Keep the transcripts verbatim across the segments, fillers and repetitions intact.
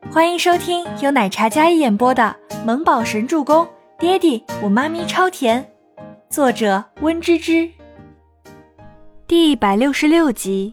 欢迎收听由奶茶嘉一演播的《萌宝神助攻》，爹地我妈咪超甜，作者温芝芝。第一百六十六集。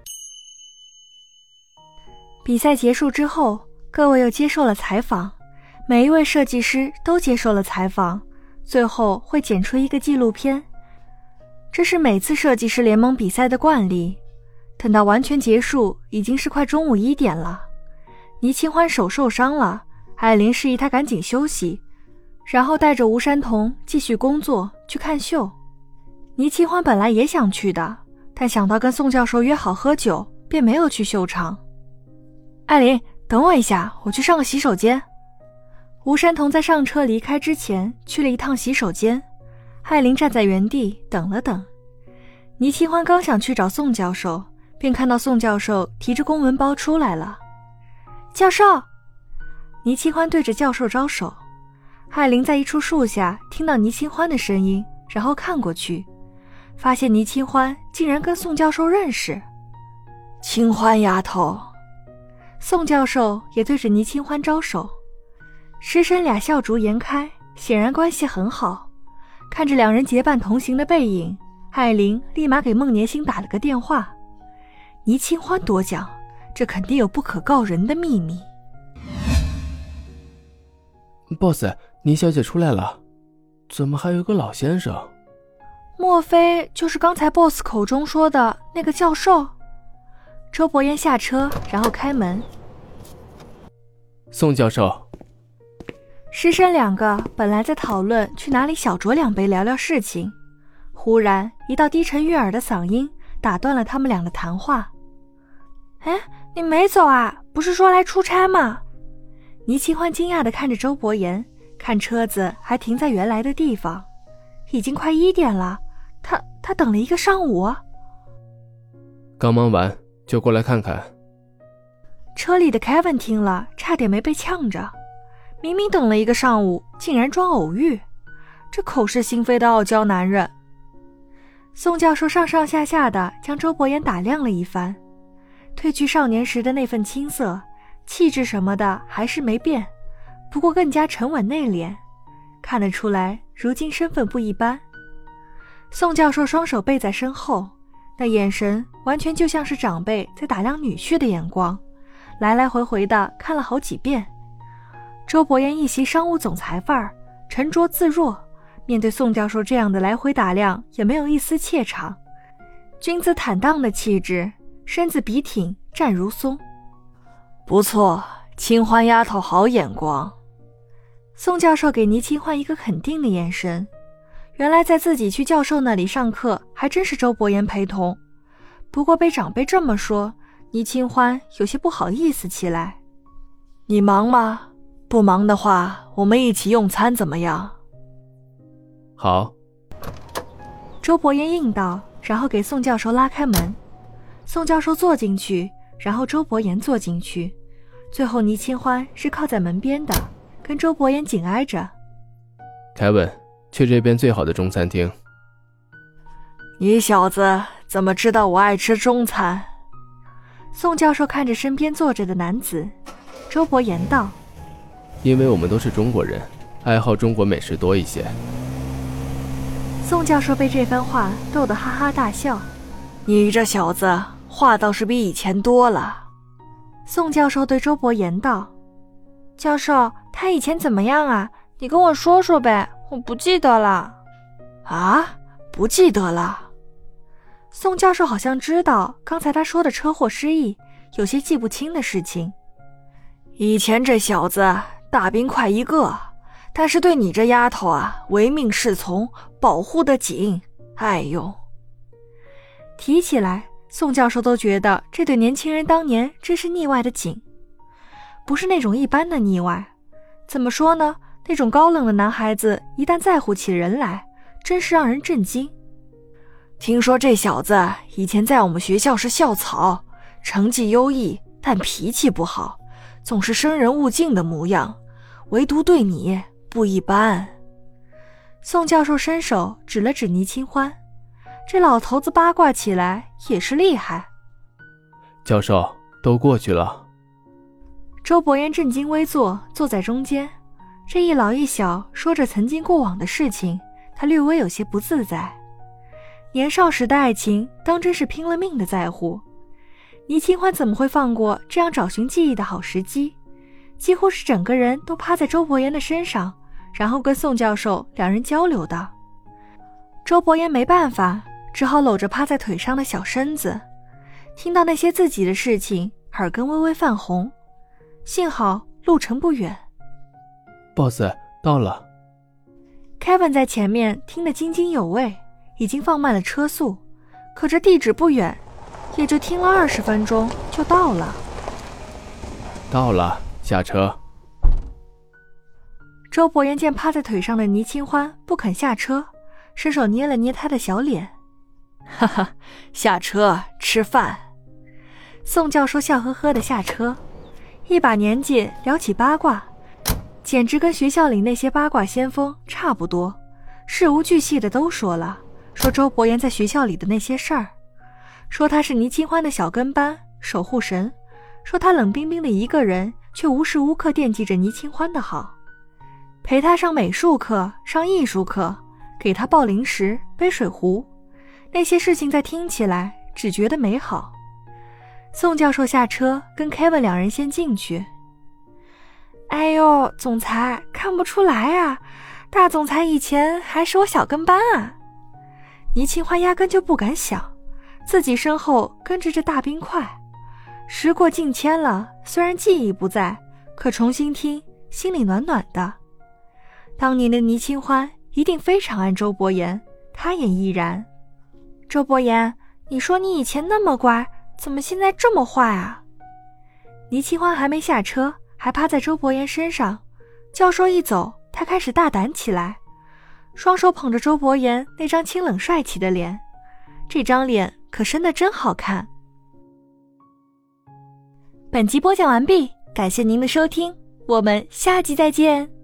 比赛结束之后，各位又接受了采访，每一位设计师都接受了采访，最后会剪出一个纪录片。这是每次设计师联盟比赛的惯例。等到完全结束，已经是快中午一点了。倪清欢手受伤了，艾琳示意他赶紧休息，然后带着吴山童继续工作去看秀。倪清欢本来也想去的，但想到跟宋教授约好喝酒，便没有去秀场。艾琳，等我一下，我去上个洗手间。吴山童在上车离开之前去了一趟洗手间，艾琳站在原地等了等。倪清欢刚想去找宋教授，便看到宋教授提着公文包出来了。教授！倪清欢对着教授招手。艾琳在一处树下听到倪清欢的声音，然后看过去，发现倪清欢竟然跟宋教授认识。清欢丫头。宋教授也对着倪清欢招手。师生俩笑逐颜开，显然关系很好。看着两人结伴同行的背影，艾琳立马给孟年星打了个电话。倪清欢多讲，这肯定有不可告人的秘密。 boss， 倪小姐出来了，怎么还有个老先生？ 莫非就是刚才 boss 口中说的那个教授？周伯言下车，然后开门。 宋教授。 师生两个本来在讨论去哪里小酌两杯聊聊事情，忽然一道低沉悦耳的嗓音打断了他们俩的谈话。哎，你没走啊？不是说来出差吗？倪清欢惊讶地看着周伯言，看车子还停在原来的地方。已经快一点了，他他等了一个上午。 刚忙完就过来看看。 车里的 Kevin 听了差点没被呛着，明明等了一个上午，竟然装偶遇，这口是心非的傲娇男人。宋教授上上下下的将周伯言打量了一番，褪去少年时的那份青涩，气质什么的还是没变，不过更加沉稳内敛，看得出来如今身份不一般。宋教授双手背在身后，那眼神完全就像是长辈在打量女婿的眼光，来来回回的看了好几遍。周伯言一袭商务总裁范儿，沉着自若，面对宋教授这样的来回打量也没有一丝怯场，君子坦荡的气质，身子笔挺，站如松。不错，清欢丫头好眼光。宋教授给倪清欢一个肯定的眼神。原来在自己去教授那里上课，还真是周伯言陪同。不过被长辈这么说，倪清欢有些不好意思起来。你忙吗？不忙的话，我们一起用餐怎么样？ 好。 周伯言应道，然后给宋教授拉开门。宋教授坐进去，然后周伯言坐进去，最后倪清欢是靠在门边的，跟周伯言紧挨着。 凯文，去这边最好的中餐厅。 你小子怎么知道我爱吃中餐？宋教授看着身边坐着的男子。周伯言道， 因为我们都是中国人，爱好中国美食多一些。 宋教授被这番话逗得哈哈大笑。你这小子话倒是比以前多了。宋教授对周伯言道，教授他以前怎么样啊？你跟我说说呗，我不记得了。啊，不记得了？宋教授好像知道刚才他说的车祸失忆，有些记不清的事情。以前这小子大兵快一个，但是对你这丫头啊，唯命是从，保护得紧。哎呦，提起来，宋教授都觉得这对年轻人当年真是腻歪的紧，不是那种一般的腻歪。怎么说呢？那种高冷的男孩子一旦在乎起人来，真是让人震惊。听说这小子以前在我们学校是校草，成绩优异，但脾气不好，总是生人勿近的模样，唯独对你不一般。宋教授伸手指了指倪清欢，这老头子八卦起来也是厉害。 教授，都过去了。 周伯言正襟危坐，坐在中间，这一老一小说着曾经过往的事情，他略微有些不自在。年少时的爱情当真是拼了命的在乎，倪清欢怎么会放过这样找寻记忆的好时机？几乎是整个人都趴在周伯言的身上，然后跟宋教授两人交流的。周伯言没办法，只好搂着趴在腿上的小身子，听到那些自己的事情，耳根微微泛红。幸好路程不远。 boss 到了。 Kevin 在前面听得津津有味，已经放慢了车速，可这地址不远，也就听了二十分钟就到了。 到了，下车。 周伯言见趴在腿上的倪清欢不肯下车，伸手捏了捏他的小脸。哈哈，下车吃饭。宋教授笑呵呵地下车，一把年纪聊起八卦，简直跟学校里那些八卦先锋差不多，事无巨细的都说了，说周伯言在学校里的那些事儿，说他是倪清欢的小跟班守护神，说他冷冰冰的一个人，却无时无刻惦记着倪清欢的好，陪他上美术课，上艺术课，给他抱零食，背水壶，那些事情在听起来只觉得美好。宋教授下车跟 Kevin 两人先进去。哎呦，总裁，看不出来啊，大总裁以前还是我小跟班啊。倪清欢压根就不敢想，自己身后跟着这大冰块。时过境迁了，虽然记忆不在，可重新听，心里暖暖的。当年的倪清欢一定非常爱周伯言，他也依然。周伯言，你说你以前那么乖，怎么现在这么坏啊？倪清欢还没下车，还趴在周伯言身上。教授一走，他开始大胆起来，双手捧着周伯言那张清冷帅气的脸，这张脸可生得真好看。本集播讲完毕，感谢您的收听，我们下集再见。